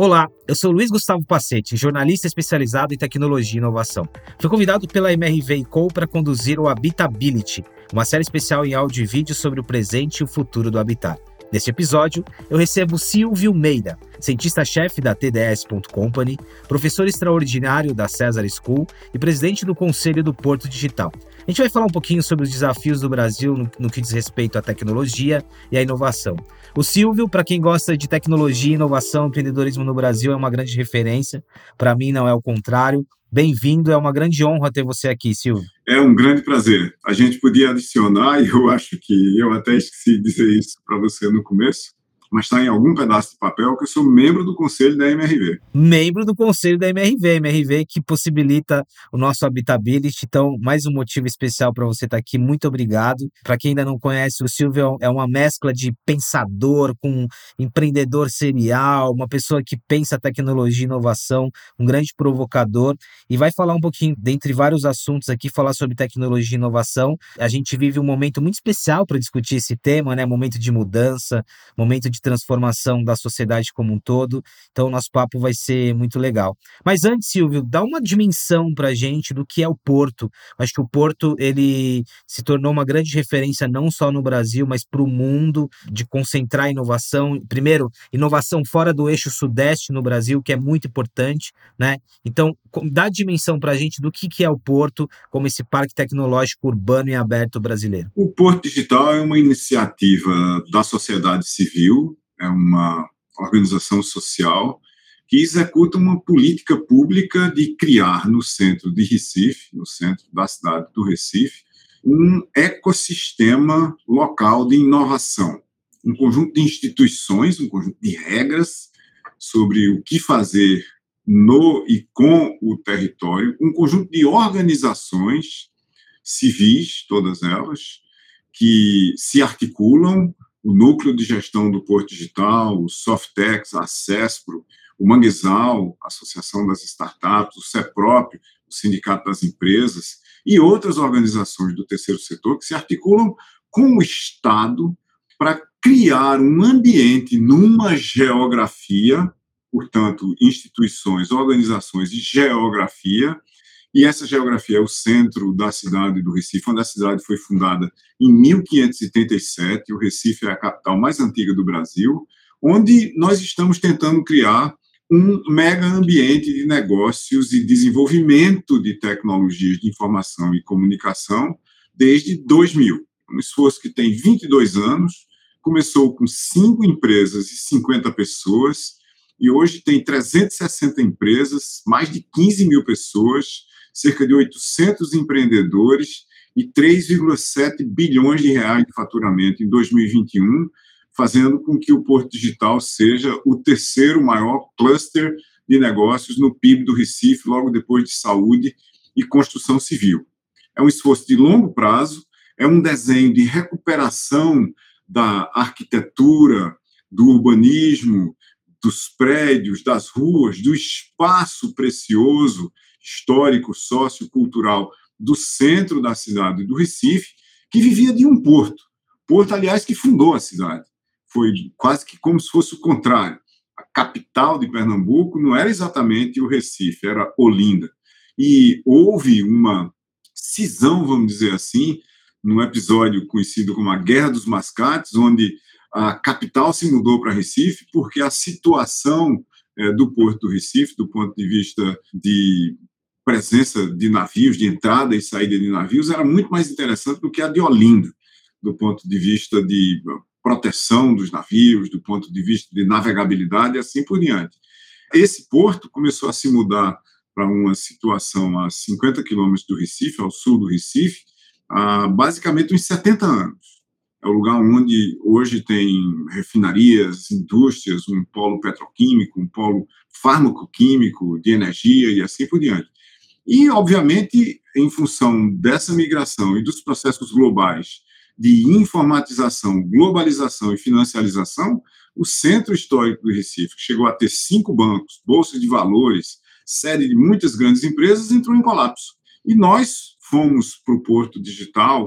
Olá, eu sou Luiz Gustavo Pacete, jornalista especializado em tecnologia e inovação. Fui convidado pela MRV & Co para conduzir o Habitability, uma série especial em áudio e vídeo sobre o presente e o futuro do habitat. Neste episódio, eu recebo Silvio Meira, cientista-chefe da TDS Company, professor extraordinário da Cesar School e presidente do Conselho do Porto Digital. A gente vai falar um pouquinho sobre os desafios do Brasil no que diz respeito à tecnologia e à inovação. O Silvio, para quem gosta de tecnologia, inovação, empreendedorismo no Brasil, é uma grande referência. Para mim, não é o contrário. Bem-vindo, é uma grande honra ter você aqui, Silvio. É um grande prazer. A gente podia adicionar, e eu acho que eu até esqueci de dizer isso para você no começo, mas está em algum pedaço de papel que eu sou membro do conselho da MRV. Membro do conselho da MRV que possibilita o nosso Habitability. Então, mais um motivo especial para você estar aqui. Muito obrigado. Para quem ainda não conhece, o Silvio é uma mescla de pensador com empreendedor serial, uma pessoa que pensa tecnologia e inovação, um grande provocador, e vai falar um pouquinho, dentre vários assuntos aqui, falar sobre tecnologia e inovação. A gente vive um momento muito especial para discutir esse tema, né? Momento de mudança, momento de transformação da sociedade como um todo. Então, o nosso papo vai ser muito legal. Mas antes, Silvio, dá uma dimensão para a gente do que é o Porto. Acho que o Porto ele se tornou uma grande referência não só no Brasil, mas para o mundo, de concentrar inovação. Primeiro, inovação fora do eixo sudeste no Brasil, que é muito importante, né? Então, dá dimensão para a gente do que é o Porto como esse parque tecnológico urbano e aberto brasileiro. O Porto Digital é uma iniciativa da sociedade civil, é uma organização social que executa uma política pública de criar no centro de Recife, no centro da cidade do Recife, um ecossistema local de inovação, um conjunto de instituições, um conjunto de regras sobre o que fazer no e com o território, um conjunto de organizações civis, todas elas, que se articulam, o Núcleo de Gestão do Porto Digital, o Softex, a CESPRO, o Manguezal, a Associação das Startups, o CEPROP, o Sindicato das Empresas, e outras organizações do terceiro setor que se articulam com o Estado para criar um ambiente numa geografia, portanto, instituições, organizações e geografia. E essa geografia é o centro da cidade do Recife, onde a cidade foi fundada em 1587, o Recife é a capital mais antiga do Brasil, onde nós estamos tentando criar um mega ambiente de negócios e desenvolvimento de tecnologias de informação e comunicação desde 2000. Um esforço que tem 22 anos, começou com 5 empresas e 50 pessoas, e hoje tem 360 empresas, mais de 15 mil pessoas, cerca de 800 empreendedores e 3,7 bilhões de reais de faturamento em 2021, fazendo com que o Porto Digital seja o terceiro maior cluster de negócios no PIB do Recife, logo depois de saúde e construção civil. É um esforço de longo prazo, é um desenho de recuperação da arquitetura, do urbanismo, dos prédios, das ruas, do espaço precioso histórico, sociocultural do centro da cidade do Recife, que vivia de um porto. Porto, aliás, que fundou a cidade. Foi quase que como se fosse o contrário. A capital de Pernambuco não era exatamente o Recife, era Olinda. E houve uma cisão, vamos dizer assim, num episódio conhecido como a Guerra dos Mascates, onde a capital se mudou para Recife, porque a situação do Porto do Recife, do ponto de vista de presença de navios, de entrada e saída de navios, era muito mais interessante do que a de Olinda, do ponto de vista de proteção dos navios, do ponto de vista de navegabilidade e assim por diante. Esse porto começou a se mudar para uma situação a 50 quilômetros do Recife, ao sul do Recife, há basicamente uns 70 anos. É o lugar onde hoje tem refinarias, indústrias, um polo petroquímico, um polo farmacoquímico, de energia e assim por diante. E, obviamente, em função dessa migração e dos processos globais de informatização, globalização e financiarização, o centro histórico do Recife, que chegou a ter 5 bancos, bolsas de valores, sede de muitas grandes empresas, entrou em colapso. E nós fomos para o Porto Digital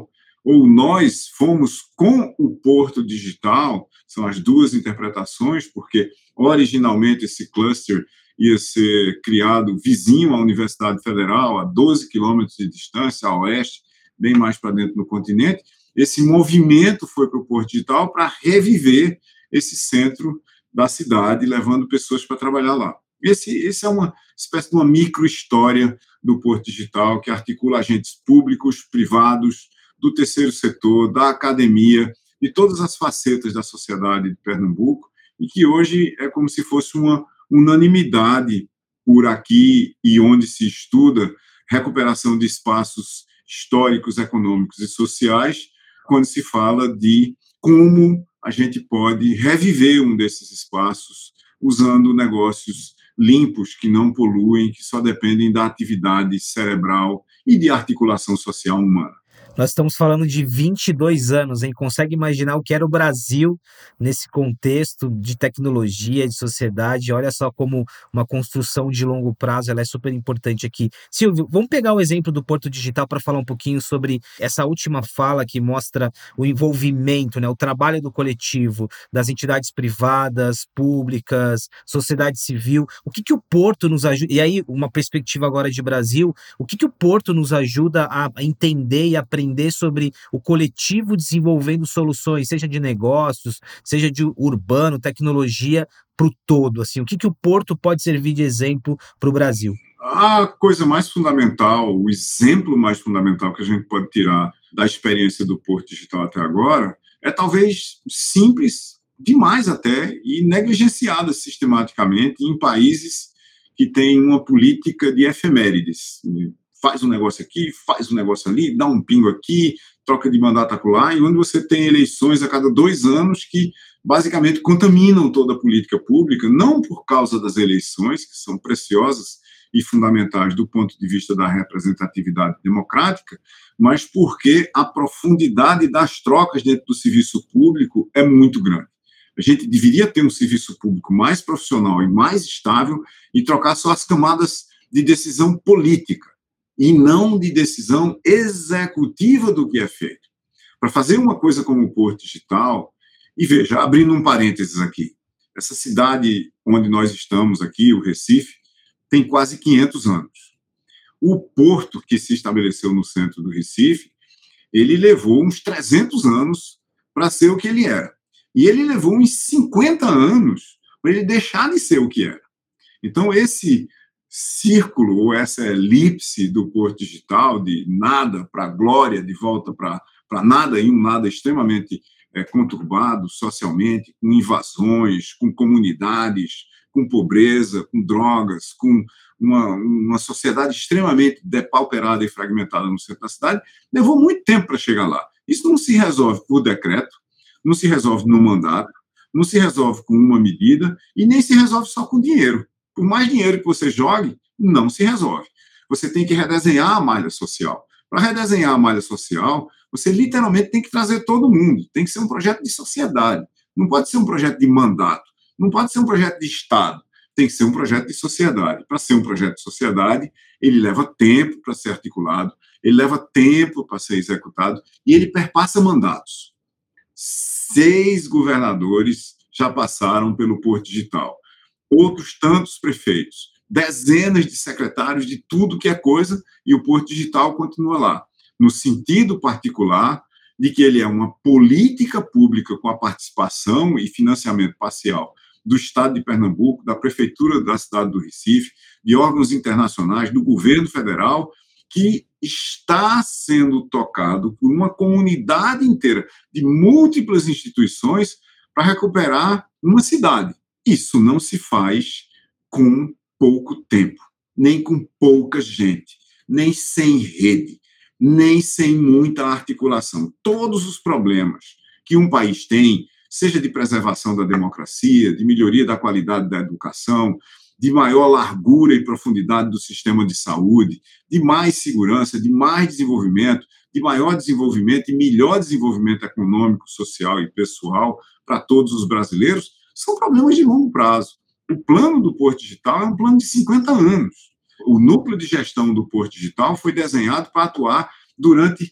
ou nós fomos com o Porto Digital, são as duas interpretações, porque originalmente esse cluster ia ser criado vizinho à Universidade Federal, a 12 quilômetros de distância, a oeste, bem mais para dentro do continente. Esse movimento foi para o Porto Digital para reviver esse centro da cidade, levando pessoas para trabalhar lá. Esse é uma espécie de uma micro-história do Porto Digital que articula agentes públicos, privados, do terceiro setor, da academia, de todas as facetas da sociedade de Pernambuco, e que hoje é como se fosse uma unanimidade por aqui e onde se estuda recuperação de espaços históricos, econômicos e sociais, quando se fala de como a gente pode reviver um desses espaços usando negócios limpos, que não poluem, que só dependem da atividade cerebral e de articulação social humana. Nós estamos falando de 22 anos, hein? Consegue imaginar o que era o Brasil nesse contexto de tecnologia, de sociedade? Olha só como uma construção de longo prazo, ela é super importante aqui. Silvio, vamos pegar o exemplo do Porto Digital para falar um pouquinho sobre essa última fala que mostra o envolvimento, né? O trabalho do coletivo, das entidades privadas, públicas, sociedade civil. O que o Porto nos ajuda? E aí, uma perspectiva agora de Brasil, o que o Porto nos ajuda a entender e aprender sobre o coletivo desenvolvendo soluções, seja de negócios, seja de urbano, tecnologia, para o todo, assim, o que o Porto pode servir de exemplo para o Brasil? A coisa mais fundamental, o exemplo mais fundamental que a gente pode tirar da experiência do Porto Digital até agora é talvez simples demais até e negligenciada sistematicamente em países que têm uma política de efemérides. Faz um negócio aqui, faz um negócio ali, dá um pingo aqui, troca de mandato acolá, e onde você tem eleições a cada 2 anos que basicamente contaminam toda a política pública, não por causa das eleições, que são preciosas e fundamentais do ponto de vista da representatividade democrática, mas porque a profundidade das trocas dentro do serviço público é muito grande. A gente deveria ter um serviço público mais profissional e mais estável e trocar só as camadas de decisão política e não de decisão executiva do que é feito. Para fazer uma coisa como o Porto Digital, e veja, abrindo um parênteses aqui, essa cidade onde nós estamos aqui, o Recife, tem quase 500 anos. O porto que se estabeleceu no centro do Recife, ele levou uns 300 anos para ser o que ele era. E ele levou uns 50 anos para ele deixar de ser o que era. Então, esse círculo, ou essa elipse do Porto Digital, de nada para glória, de volta para nada, e um nada extremamente conturbado socialmente, com invasões, com comunidades, com pobreza, com drogas, com uma sociedade extremamente depauperada e fragmentada no centro da cidade, levou muito tempo para chegar lá. Isso não se resolve por decreto, não se resolve no mandato, não se resolve com uma medida e nem se resolve só com dinheiro. Por mais dinheiro que você jogue, não se resolve. Você tem que redesenhar a malha social. Para redesenhar a malha social, você literalmente tem que trazer todo mundo. Tem que ser um projeto de sociedade. Não pode ser um projeto de mandato. Não pode ser um projeto de Estado. Tem que ser um projeto de sociedade. Para ser um projeto de sociedade, ele leva tempo para ser articulado, ele leva tempo para ser executado e ele perpassa mandatos. 6 governadores já passaram pelo Porto Digital. Outros tantos prefeitos, dezenas de secretários de tudo que é coisa, e o Porto Digital continua lá, no sentido particular de que ele é uma política pública com a participação e financiamento parcial do Estado de Pernambuco, da Prefeitura da cidade do Recife, de órgãos internacionais, do governo federal, que está sendo tocado por uma comunidade inteira de múltiplas instituições para recuperar uma cidade. Isso não se faz com pouco tempo, nem com pouca gente, nem sem rede, nem sem muita articulação. Todos os problemas que um país tem, seja de preservação da democracia, de melhoria da qualidade da educação, de maior largura e profundidade do sistema de saúde, de mais segurança, de mais desenvolvimento, de maior desenvolvimento e melhor desenvolvimento econômico, social e pessoal para todos os brasileiros, são problemas de longo prazo. O plano do Porto Digital é um plano de 50 anos. O núcleo de gestão do Porto Digital foi desenhado para atuar durante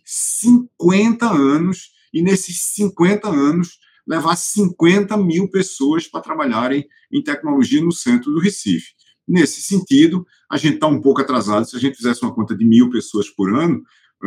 50 anos, e nesses 50 anos levar 50 mil pessoas para trabalharem em tecnologia no centro do Recife. Nesse sentido, a gente está um pouco atrasado. Se a gente fizesse uma conta de 1.000 pessoas por ano,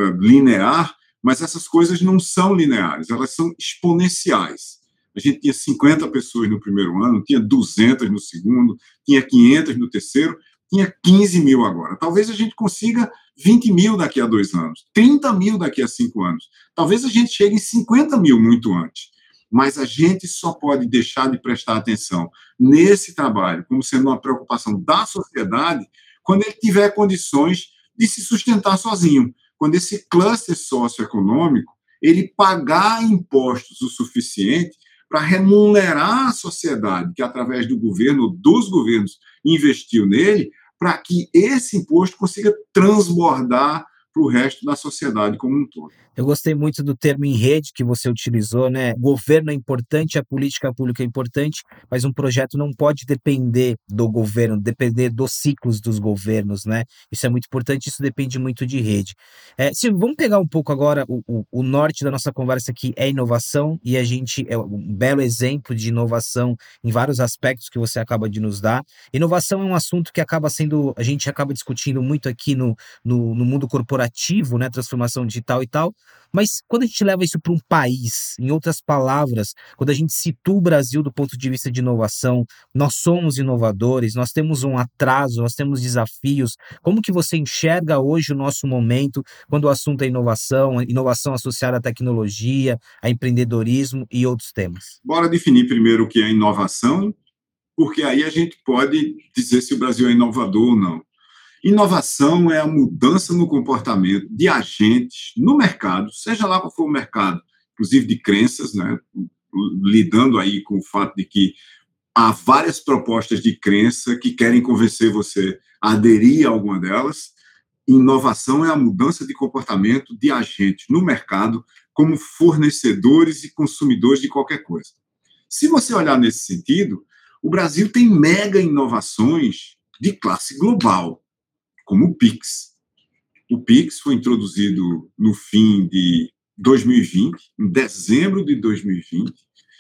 linear, mas essas coisas não são lineares, elas são exponenciais. A gente tinha 50 pessoas no primeiro ano, tinha 200 no segundo, tinha 500 no terceiro, tinha 15 mil agora. Talvez a gente consiga 20 mil daqui a 2 anos, 30 mil daqui a 5 anos. Talvez a gente chegue em 50 mil muito antes. Mas a gente só pode deixar de prestar atenção nesse trabalho como sendo uma preocupação da sociedade quando ele tiver condições de se sustentar sozinho, quando esse cluster socioeconômico ele pagar impostos o suficiente para remunerar a sociedade que, através do governo, dos governos, investiu nele, para que esse imposto consiga transbordar para o resto da sociedade como um todo. Eu gostei muito do termo em rede que você utilizou, né? O governo é importante, a política pública é importante, mas um projeto não pode depender do governo, depender dos ciclos dos governos, né? Isso é muito importante, isso depende muito de rede. Silvio, vamos pegar um pouco agora o norte da nossa conversa aqui é inovação, e a gente é um belo exemplo de inovação em vários aspectos que você acaba de nos dar. Inovação é um assunto que acaba sendo, a gente acaba discutindo muito aqui no mundo corporativo, né? Transformação digital e tal. Mas quando a gente leva isso para um país, em outras palavras, quando a gente situa o Brasil do ponto de vista de inovação, nós somos inovadores, nós temos um atraso, nós temos desafios. Como que você enxerga hoje o nosso momento quando o assunto é inovação, inovação associada à tecnologia, a empreendedorismo e outros temas? Bora definir primeiro o que é inovação, porque aí a gente pode dizer se o Brasil é inovador ou não. Inovação é a mudança no comportamento de agentes no mercado, seja lá qual for o mercado, inclusive de crenças, né? Lidando aí com o fato de que há várias propostas de crença que querem convencer você a aderir a alguma delas. Inovação é a mudança de comportamento de agentes no mercado como fornecedores e consumidores de qualquer coisa. Se você olhar nesse sentido, o Brasil tem mega inovações de classe global, como o Pix. O Pix foi introduzido no fim de 2020, em dezembro de 2020,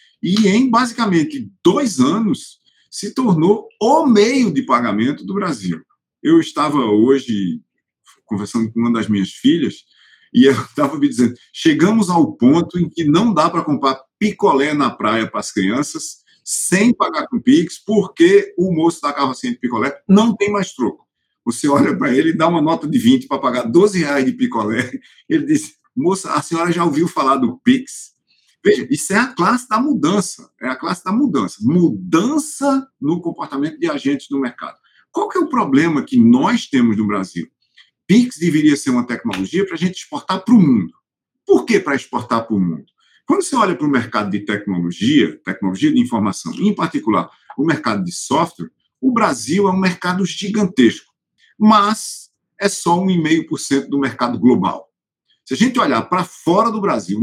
e em basicamente 2 anos se tornou o meio de pagamento do Brasil. Eu estava hoje conversando com uma das minhas filhas e ela estava me dizendo, chegamos ao ponto em que não dá para comprar picolé na praia para as crianças sem pagar com Pix, porque o moço da carrocinha de picolé não tem mais troco. Você olha para ele e dá uma nota de 20 para pagar R$ 12 de picolé. Ele diz, moça, a senhora já ouviu falar do Pix? Veja, isso é a classe da mudança. É a classe da mudança. Mudança no comportamento de agentes no mercado. Qual que é o problema que nós temos no Brasil? Pix deveria ser uma tecnologia para a gente exportar para o mundo. Por que para exportar para o mundo? Quando você olha para o mercado de tecnologia de informação, em particular o mercado de software, o Brasil é um mercado gigantesco, mas é só 1,5% do mercado global. Se a gente olhar para fora do Brasil,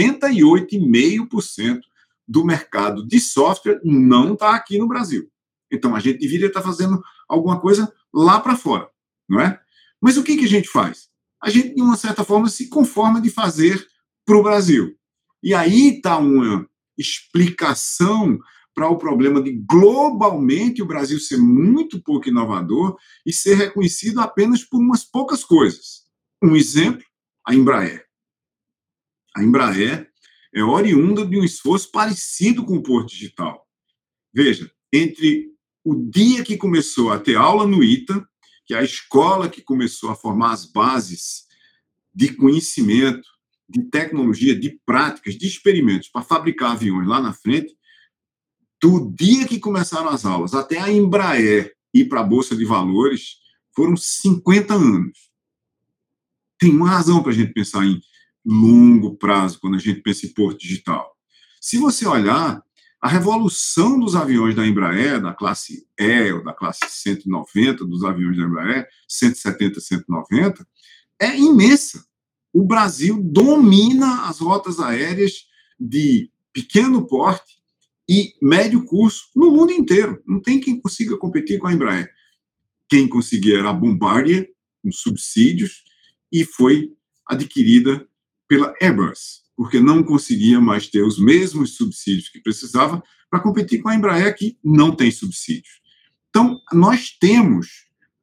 98,5% do mercado de software não está aqui no Brasil. Então, a gente deveria estar fazendo alguma coisa lá para fora, não é? Mas o que a gente faz? A gente, de uma certa forma, se conforma de fazer para o Brasil. E aí está uma explicação para o problema de, globalmente, o Brasil ser muito pouco inovador e ser reconhecido apenas por umas poucas coisas. Um exemplo, a Embraer. A Embraer é oriunda de um esforço parecido com o Porto Digital. Veja, entre o dia que começou a ter aula no ITA, que é a escola que começou a formar as bases de conhecimento, de tecnologia, de práticas, de experimentos para fabricar aviões lá na frente, do dia que começaram as aulas até a Embraer ir para a Bolsa de Valores, foram 50 anos. Tem uma razão para a gente pensar em longo prazo quando a gente pensa em Porto Digital. Se você olhar, a revolução dos aviões da Embraer, da classe E ou da classe 190 dos aviões da Embraer, 170, 190, é imensa. O Brasil domina as rotas aéreas de pequeno porte e médio curso no mundo inteiro. Não tem quem consiga competir com a Embraer. Quem conseguia era a Bombardier, com subsídios, e foi adquirida pela Airbus, porque não conseguia mais ter os mesmos subsídios que precisava para competir com a Embraer, que não tem subsídios. Então, nós temos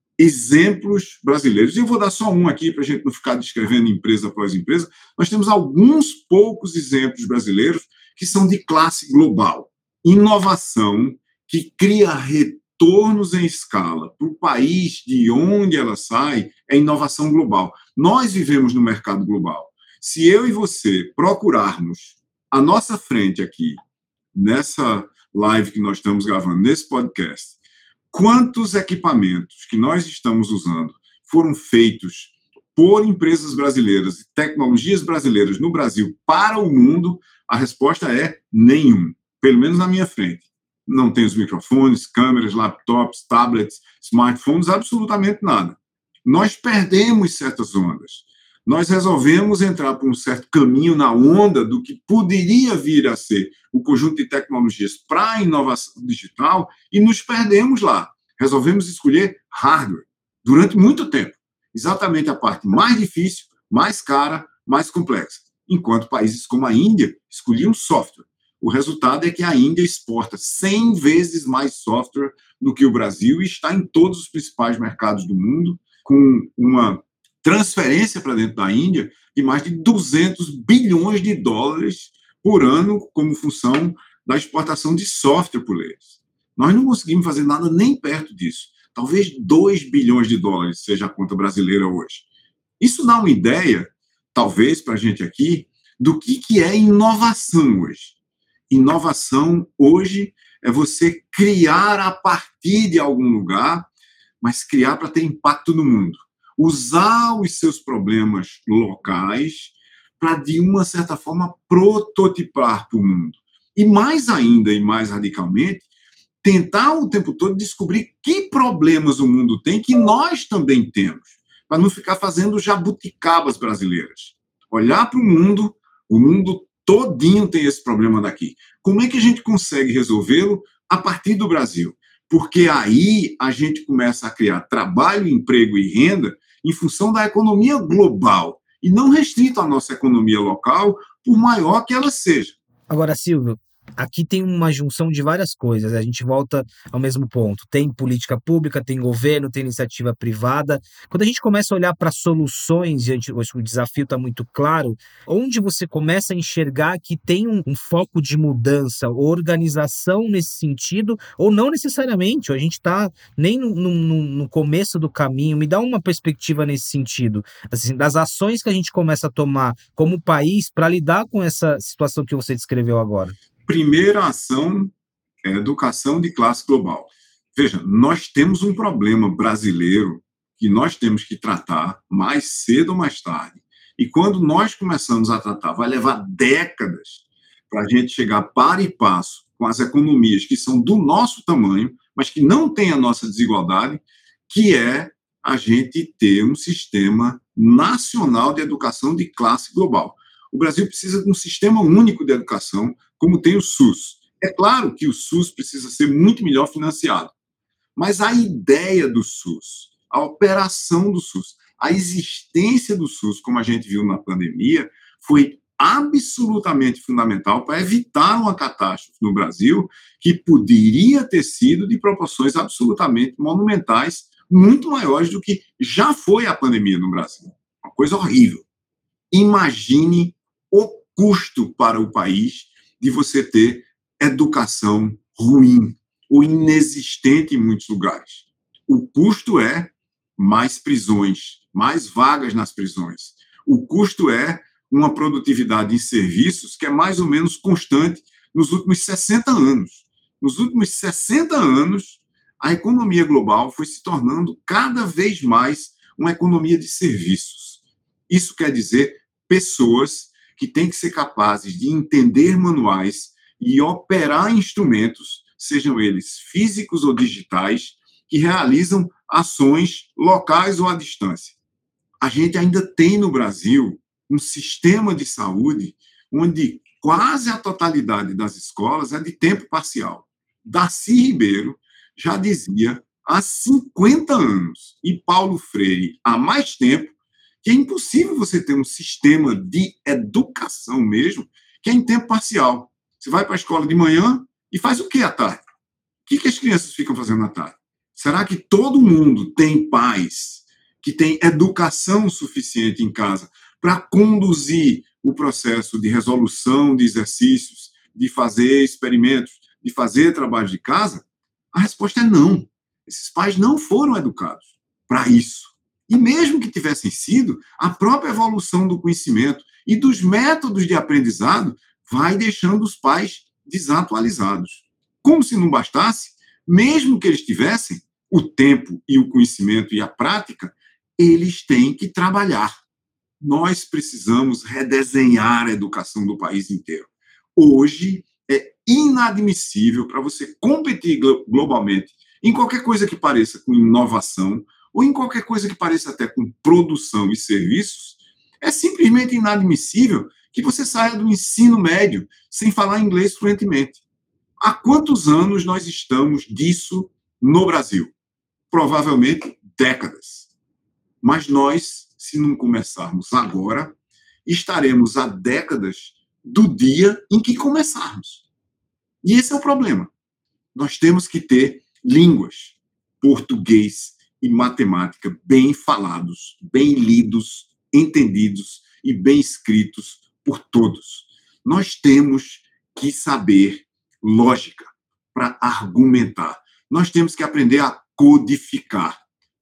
exemplos brasileiros. E eu vou dar só um aqui para a gente não ficar descrevendo empresa após empresa. Nós temos alguns poucos exemplos brasileiros que são de classe global. Inovação que cria retornos em escala para o país de onde ela sai é inovação global. Nós vivemos no mercado global. Se eu e você procurarmos à nossa frente aqui, nessa live que nós estamos gravando, nesse podcast, quantos equipamentos que nós estamos usando foram feitos por empresas brasileiras e tecnologias brasileiras no Brasil para o mundo, a resposta é nenhum, pelo menos na minha frente. Não tem os microfones, câmeras, laptops, tablets, smartphones, absolutamente nada. Nós perdemos certas ondas. Nós resolvemos entrar por um certo caminho na onda do que poderia vir a ser o conjunto de tecnologias para a inovação digital e nos perdemos lá. Resolvemos escolher hardware durante muito tempo. Exatamente a parte mais difícil, mais cara, mais complexa. Enquanto países como a Índia escolhiam software. O resultado é que a Índia exporta 100 vezes mais software do que o Brasil e está em todos os principais mercados do mundo, com uma transferência para dentro da Índia de mais de 200 bilhões de dólares por ano como função da exportação de software por eles. Nós não conseguimos fazer nada nem perto disso. Talvez 2 bilhões de dólares seja a conta brasileira hoje. Isso dá uma ideia, talvez, para a gente aqui, do que é inovação hoje. Inovação hoje é você criar a partir de algum lugar, mas criar para ter impacto no mundo. Usar os seus problemas locais para, de uma certa forma, prototipar para o mundo. E mais ainda, e mais radicalmente, tentar o tempo todo descobrir que problemas o mundo tem que nós também temos, para não ficar fazendo jabuticabas brasileiras. Olhar para o mundo todinho tem esse problema daqui. Como é que a gente consegue resolvê-lo a partir do Brasil? Porque aí a gente começa a criar trabalho, emprego e renda em função da economia global e não restrito à nossa economia local, por maior que ela seja. Agora, Silvio, aqui tem uma junção de várias coisas, a gente volta ao mesmo ponto. Tem política pública, tem governo, tem iniciativa privada. Quando a gente começa a olhar para soluções, o desafio está muito claro, onde você começa a enxergar que tem um foco de mudança, organização nesse sentido, ou não necessariamente, ou a gente está nem no começo do caminho. Me dá uma perspectiva nesse sentido, assim, das ações que a gente começa a tomar como país para lidar com essa situação que você descreveu agora. Primeira ação é educação de classe global. Veja, nós temos um problema brasileiro que nós temos que tratar mais cedo ou mais tarde. E quando nós começamos a tratar, vai levar décadas para a gente chegar par e passo com as economias que são do nosso tamanho, mas que não têm a nossa desigualdade, que é a gente ter um sistema nacional de educação de classe global. O Brasil precisa de um sistema único de educação, como tem o SUS. É claro que o SUS precisa ser muito melhor financiado, mas a ideia do SUS, a operação do SUS, a existência do SUS, como a gente viu na pandemia, foi absolutamente fundamental para evitar uma catástrofe no Brasil que poderia ter sido de proporções absolutamente monumentais, muito maiores do que já foi a pandemia no Brasil. Uma coisa horrível. Imagine o custo para o país de você ter educação ruim ou inexistente em muitos lugares. O custo é mais prisões, mais vagas nas prisões. O custo é uma produtividade em serviços que é mais ou menos constante nos últimos 60 anos. Nos últimos 60 anos, a economia global foi se tornando cada vez mais uma economia de serviços. Isso quer dizer pessoas que têm que ser capazes de entender manuais e operar instrumentos, sejam eles físicos ou digitais, que realizam ações locais ou à distância. A gente ainda tem no Brasil um sistema de saúde onde quase a totalidade das escolas é de tempo parcial. Darcy Ribeiro já dizia há 50 anos, e Paulo Freire há mais tempo, que é impossível você ter um sistema de educação mesmo que é em tempo parcial. Você vai para a escola de manhã e faz o que à tarde? O que as crianças ficam fazendo à tarde? Será que todo mundo tem pais que tem educação suficiente em casa para conduzir o processo de resolução de exercícios, de fazer experimentos, de fazer trabalho de casa? A resposta é não. Esses pais não foram educados para isso. E mesmo que tivessem sido, a própria evolução do conhecimento e dos métodos de aprendizado vai deixando os pais desatualizados. Como se não bastasse, mesmo que eles tivessem o tempo e o conhecimento e a prática, eles têm que trabalhar. Nós precisamos redesenhar a educação do país inteiro. Hoje é inadmissível para você competir globalmente em qualquer coisa que pareça com inovação ou em qualquer coisa que pareça até com produção e serviços, é simplesmente inadmissível que você saia do ensino médio sem falar inglês fluentemente. Há quantos anos nós estamos disso no Brasil? Provavelmente décadas. Mas nós, se não começarmos agora, estaremos há décadas do dia em que começarmos. E esse é o problema. Nós temos que ter línguas, português e matemática bem falados, bem lidos, entendidos e bem escritos por todos. Nós temos que saber lógica para argumentar. Nós temos que aprender a codificar.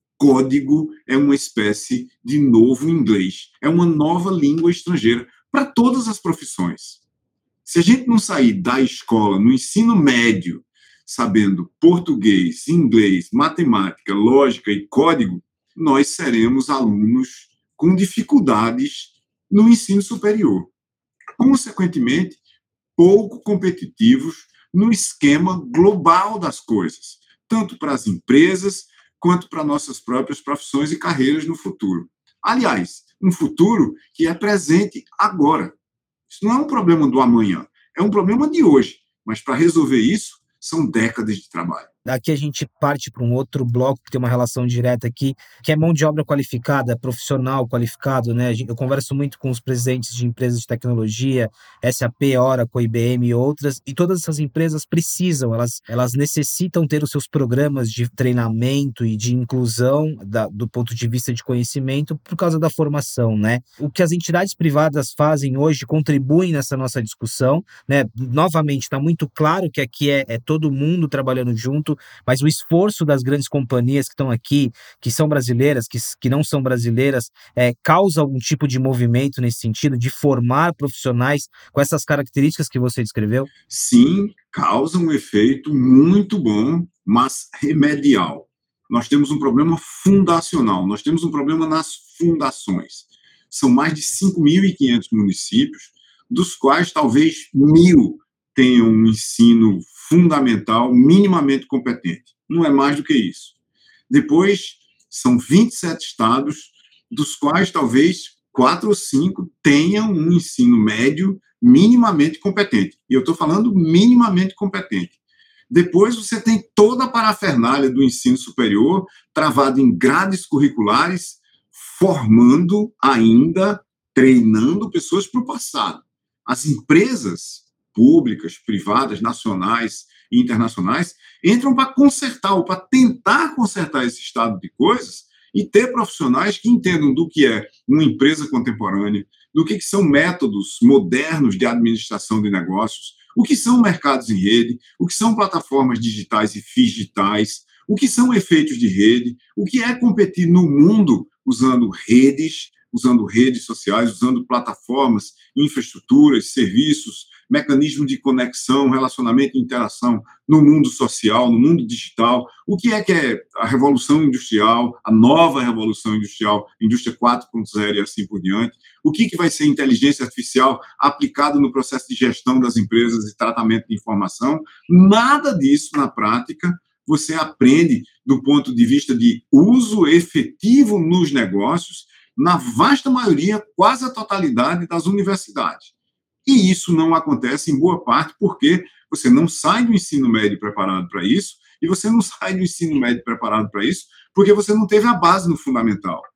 Código é uma espécie de novo inglês, é uma nova língua estrangeira para todas as profissões. Se a gente não sair da escola, no ensino médio, sabendo português, inglês, matemática, lógica e código, nós seremos alunos com dificuldades no ensino superior. Consequentemente, pouco competitivos no esquema global das coisas, tanto para as empresas quanto para nossas próprias profissões e carreiras no futuro. Aliás, um futuro que é presente agora. Isso não é um problema do amanhã, é um problema de hoje. Mas para resolver isso, são décadas de trabalho. Aqui a gente parte para um outro bloco que tem uma relação direta aqui, que é mão de obra qualificada, profissional qualificado, né? Eu converso muito com os presidentes de empresas de tecnologia, SAP, Oracle, IBM e outras, e todas essas empresas precisam, elas necessitam ter os seus programas de treinamento e de inclusão do ponto de vista de conhecimento por causa da formação, né? O que as entidades privadas fazem hoje contribuem nessa nossa discussão, né? Novamente, está muito claro que aqui é todo mundo trabalhando junto, mas o esforço das grandes companhias que estão aqui, que são brasileiras, que não são brasileiras, causa algum tipo de movimento nesse sentido, de formar profissionais com essas características que você descreveu? Sim, causa um efeito muito bom, mas remedial. Nós temos um problema fundacional, nós temos um problema nas fundações. São mais de 5.500 municípios, dos quais talvez 1.000 tenham um ensino fundamental minimamente competente. Não é mais do que isso. Depois, são 27 estados, dos quais talvez 4 ou 5 tenham um ensino médio minimamente competente. E eu estou falando minimamente competente. Depois você tem toda a parafernália do ensino superior, travado em grades curriculares, formando ainda, treinando pessoas para o passado. As empresas públicas, privadas, nacionais e internacionais, entram para consertar ou para tentar consertar esse estado de coisas e ter profissionais que entendam do que é uma empresa contemporânea, do que são métodos modernos de administração de negócios, o que são mercados em rede, o que são plataformas digitais e digitais, o que são efeitos de rede, o que é competir no mundo usando redes sociais, usando plataformas, infraestruturas, serviços, mecanismos de conexão, relacionamento e interação no mundo social, no mundo digital. O que é a revolução industrial, a nova revolução industrial, indústria 4.0 e assim por diante. O que vai ser inteligência artificial aplicada no processo de gestão das empresas e tratamento de informação. Nada disso, na prática, você aprende do ponto de vista de uso efetivo nos negócios, na vasta maioria, quase a totalidade das universidades. E isso não acontece em boa parte porque você não sai do ensino médio preparado para isso, e você não sai do ensino médio preparado para isso porque você não teve a base no fundamental.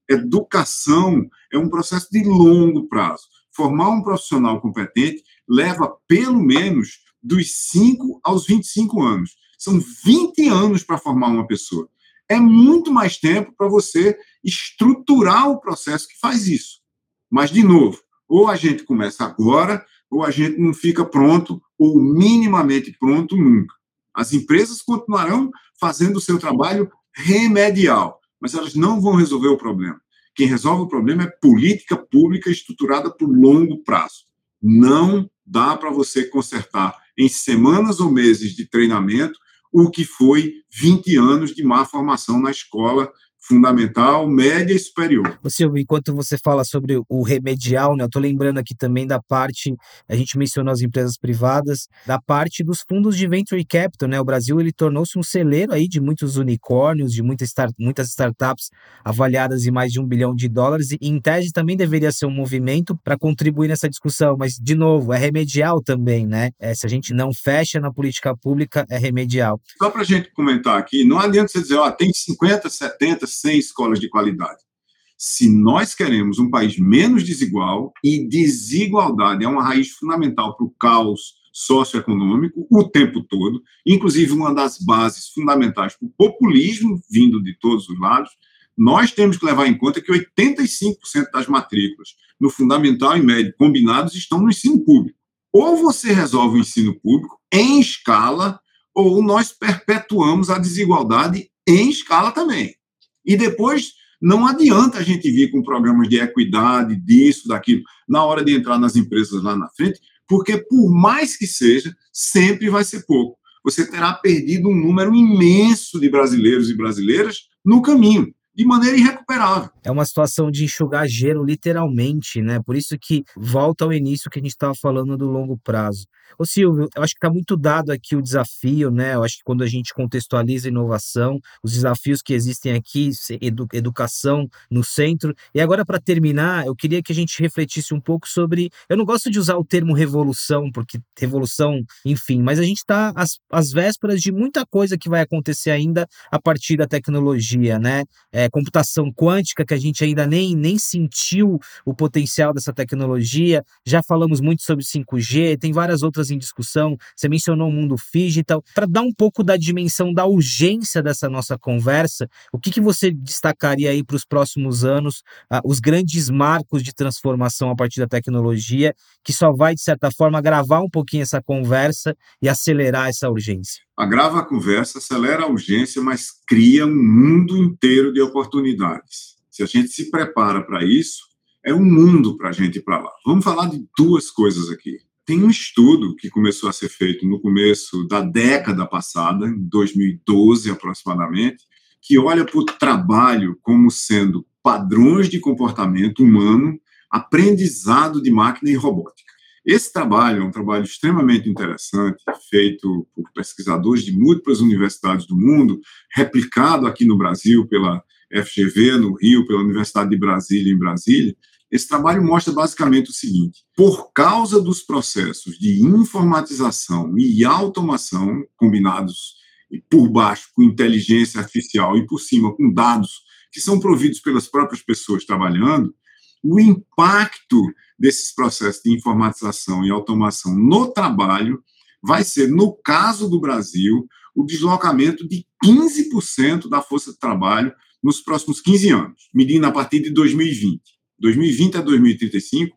Educação é um processo de longo prazo. Formar um profissional competente leva pelo menos dos 5 aos 25 anos. São 20 anos para formar uma pessoa. É muito mais tempo para você estruturar o processo que faz isso. Mas, de novo, ou a gente começa agora, ou a gente não fica pronto, ou minimamente pronto nunca. As empresas continuarão fazendo o seu trabalho remedial, mas elas não vão resolver o problema. Quem resolve o problema é política pública estruturada por longo prazo. Não dá para você consertar em semanas ou meses de treinamento o que foi 20 anos de má formação na escola fundamental, média e superior. Ô Silvio, enquanto você fala sobre o remedial, né, eu estou lembrando aqui também da parte, a gente mencionou as empresas privadas, da parte dos fundos de venture capital, né? O Brasil ele tornou-se um celeiro aí de muitos unicórnios, de muitas startups avaliadas em mais de US$ 1 bilhão, e em tese também deveria ser um movimento para contribuir nessa discussão, mas, de novo, é remedial também, né? Se a gente não fecha na política pública, é remedial. Só para a gente comentar aqui, não adianta você dizer, tem 50, 70, 100 escolas de qualidade. Se nós queremos um país menos desigual, e desigualdade é uma raiz fundamental para o caos socioeconômico o tempo todo, inclusive uma das bases fundamentais para o populismo vindo de todos os lados, nós temos que levar em conta que 85% das matrículas no fundamental e médio combinados estão no ensino público. Ou você resolve o ensino público em escala, ou nós perpetuamos a desigualdade em escala também. E depois, não adianta a gente vir com programas de equidade, disso, daquilo, na hora de entrar nas empresas lá na frente, porque por mais que seja, sempre vai ser pouco. Você terá perdido um número imenso de brasileiros e brasileiras no caminho, de maneira irrecuperável. É uma situação de enxugar gelo, literalmente, né? Por isso que volta ao início que a gente estava falando do longo prazo. Ô Silvio, eu acho que está muito dado aqui o desafio, né? Eu acho que quando a gente contextualiza a inovação, os desafios que existem aqui, educação no centro. E agora, para terminar, eu queria que a gente refletisse um pouco sobre. Eu não gosto de usar o termo revolução, porque revolução, enfim, mas a gente está às vésperas de muita coisa que vai acontecer ainda a partir da tecnologia, né? Computação quântica, que a gente ainda nem sentiu o potencial dessa tecnologia. Já falamos muito sobre 5G, tem várias outras em discussão. Você mencionou o mundo digital. Para dar um pouco da dimensão da urgência dessa nossa conversa, o que você destacaria aí para os próximos anos, os grandes marcos de transformação a partir da tecnologia, que só vai, de certa forma, agravar um pouquinho essa conversa e acelerar essa urgência? Agrava a conversa, acelera a urgência, mas cria um mundo inteiro de oportunidades. Se a gente se prepara para isso, é um mundo para a gente ir para lá. Vamos falar de duas coisas aqui. Tem um estudo que começou a ser feito no começo da década passada, em 2012 aproximadamente, que olha para o trabalho como sendo padrões de comportamento humano, aprendizado de máquina e robótica. Esse trabalho é um trabalho extremamente interessante, feito por pesquisadores de múltiplas universidades do mundo, replicado aqui no Brasil pela FGV, no Rio, pela Universidade de Brasília, em Brasília. Esse trabalho mostra basicamente o seguinte: por causa dos processos de informatização e automação combinados por baixo com inteligência artificial e por cima com dados que são providos pelas próprias pessoas trabalhando, o impacto desses processos de informatização e automação no trabalho vai ser, no caso do Brasil, o deslocamento de 15% da força de trabalho nos próximos 15 anos, medindo a partir de 2020. 2020 a 2035,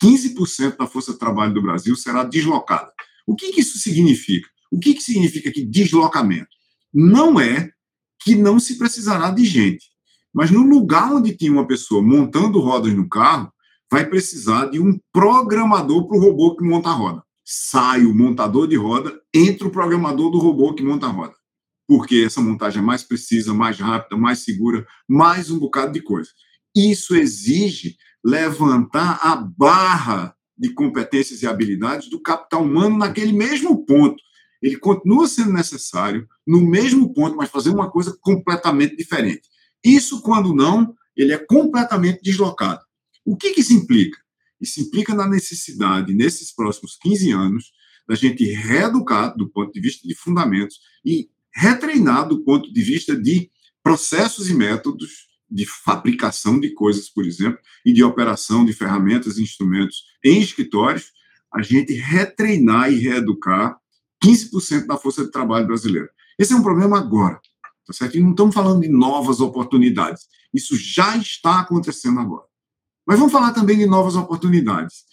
15% da força de trabalho do Brasil será deslocada. O que isso significa? O que significa que deslocamento? Não é que não se precisará de gente, mas no lugar onde tinha uma pessoa montando rodas no carro, vai precisar de um programador para o robô que monta a roda. Sai o montador de roda, entra o programador do robô que monta a roda. Porque essa montagem é mais precisa, mais rápida, mais segura, mais um bocado de coisa. Isso exige levantar a barra de competências e habilidades do capital humano naquele mesmo ponto. Ele continua sendo necessário, no mesmo ponto, mas fazer uma coisa completamente diferente. Isso, quando não, ele é completamente deslocado. O que isso implica? Isso implica na necessidade, nesses próximos 15 anos, da gente reeducar do ponto de vista de fundamentos e retreinar do ponto de vista de processos e métodos de fabricação de coisas, por exemplo, e de operação de ferramentas e instrumentos em escritórios, a gente retreinar e reeducar 15% da força de trabalho brasileira. Esse é um problema agora, tá certo? E não estamos falando de novas oportunidades. Isso já está acontecendo agora. Mas vamos falar também de novas oportunidades.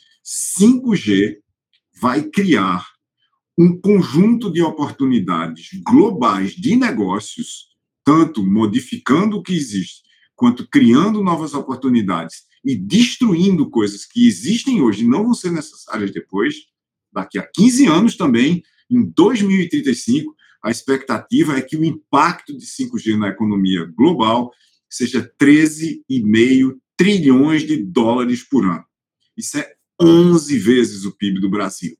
5G vai criar um conjunto de oportunidades globais de negócios, tanto modificando o que existe, quanto criando novas oportunidades e destruindo coisas que existem hoje e não vão ser necessárias depois, daqui a 15 anos também, em 2035, a expectativa é que o impacto de 5G na economia global seja 13,5 trilhões de dólares por ano. Isso é 11 vezes o PIB do Brasil.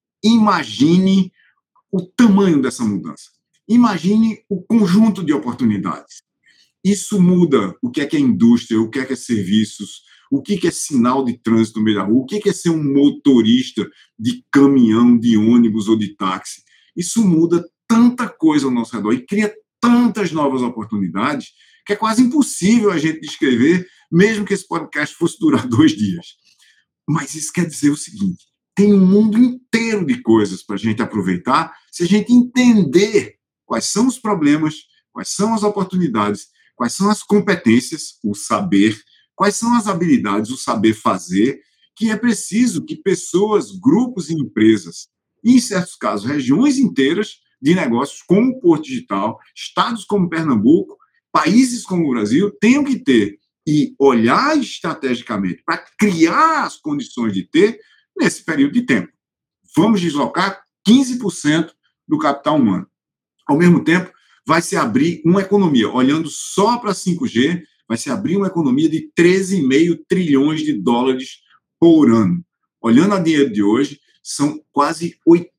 Imagine o tamanho dessa mudança. Imagine o conjunto de oportunidades. Isso muda o que é indústria, o que é serviços, o que é sinal de trânsito no meio da rua, o que é ser um motorista de caminhão, de ônibus ou de táxi. Isso muda tanta coisa ao nosso redor e cria tantas novas oportunidades que é quase impossível a gente descrever, mesmo que esse podcast fosse durar 2 dias. Mas isso quer dizer o seguinte: tem um mundo inteiro de coisas para a gente aproveitar se a gente entender quais são os problemas, quais são as oportunidades, quais são as competências, o saber, quais são as habilidades, o saber fazer, que é preciso que pessoas, grupos e empresas, e, em certos casos, regiões inteiras de negócios como o Porto Digital, estados como Pernambuco, países como o Brasil, tenham que ter e olhar estrategicamente para criar as condições de ter nesse período de tempo. Vamos deslocar 15% do capital humano. Ao mesmo tempo, vai se abrir uma economia, olhando só para 5G, vai se abrir uma economia de 13,5 trilhões de dólares por ano. Olhando a dinheiro de hoje, são quase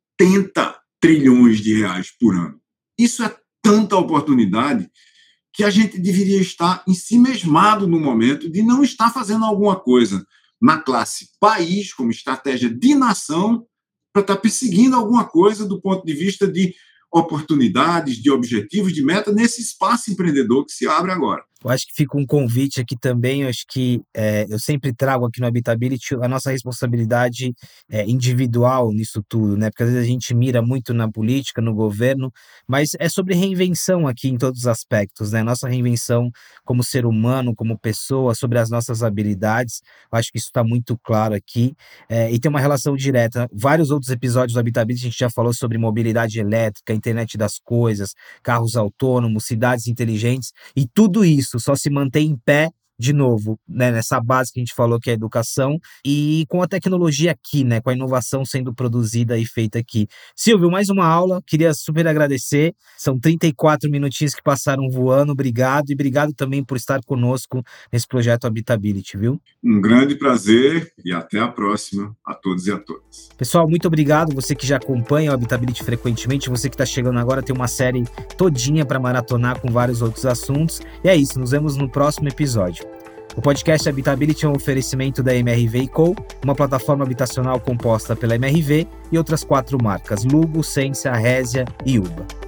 80 trilhões de reais por ano. Isso é tanta oportunidade que a gente deveria estar ensimesmado no momento de não estar fazendo alguma coisa na classe país, como estratégia de nação, para estar perseguindo alguma coisa do ponto de vista de oportunidades, de objetivos, de meta, nesse espaço empreendedor que se abre agora. Eu acho que fica um convite aqui também, eu acho que eu sempre trago aqui no Habitability a nossa responsabilidade individual nisso tudo, né? Porque às vezes a gente mira muito na política, no governo, mas é sobre reinvenção aqui em todos os aspectos, né? Nossa reinvenção como ser humano, como pessoa, sobre as nossas habilidades, eu acho que isso está muito claro aqui, e tem uma relação direta. Vários outros episódios do Habitability a gente já falou sobre mobilidade elétrica, internet das coisas, carros autônomos, cidades inteligentes, e tudo isso só se mantém em pé, de novo, né, nessa base que a gente falou que é a educação, e com a tecnologia aqui, né, com a inovação sendo produzida e feita aqui. Silvio, mais uma aula, queria super agradecer, são 34 minutinhos que passaram voando, obrigado, e obrigado também por estar conosco nesse projeto Habitability, viu? Um grande prazer e até a próxima, a todos e a todas. Pessoal, muito obrigado, você que já acompanha o Habitability frequentemente, você que está chegando agora, tem uma série todinha para maratonar com vários outros assuntos, e é isso, nos vemos no próximo episódio. O podcast Habitability é um oferecimento da MRV & Co., uma plataforma habitacional composta pela MRV e outras 4 marcas, Lugo, Sensia, Resia e Uba.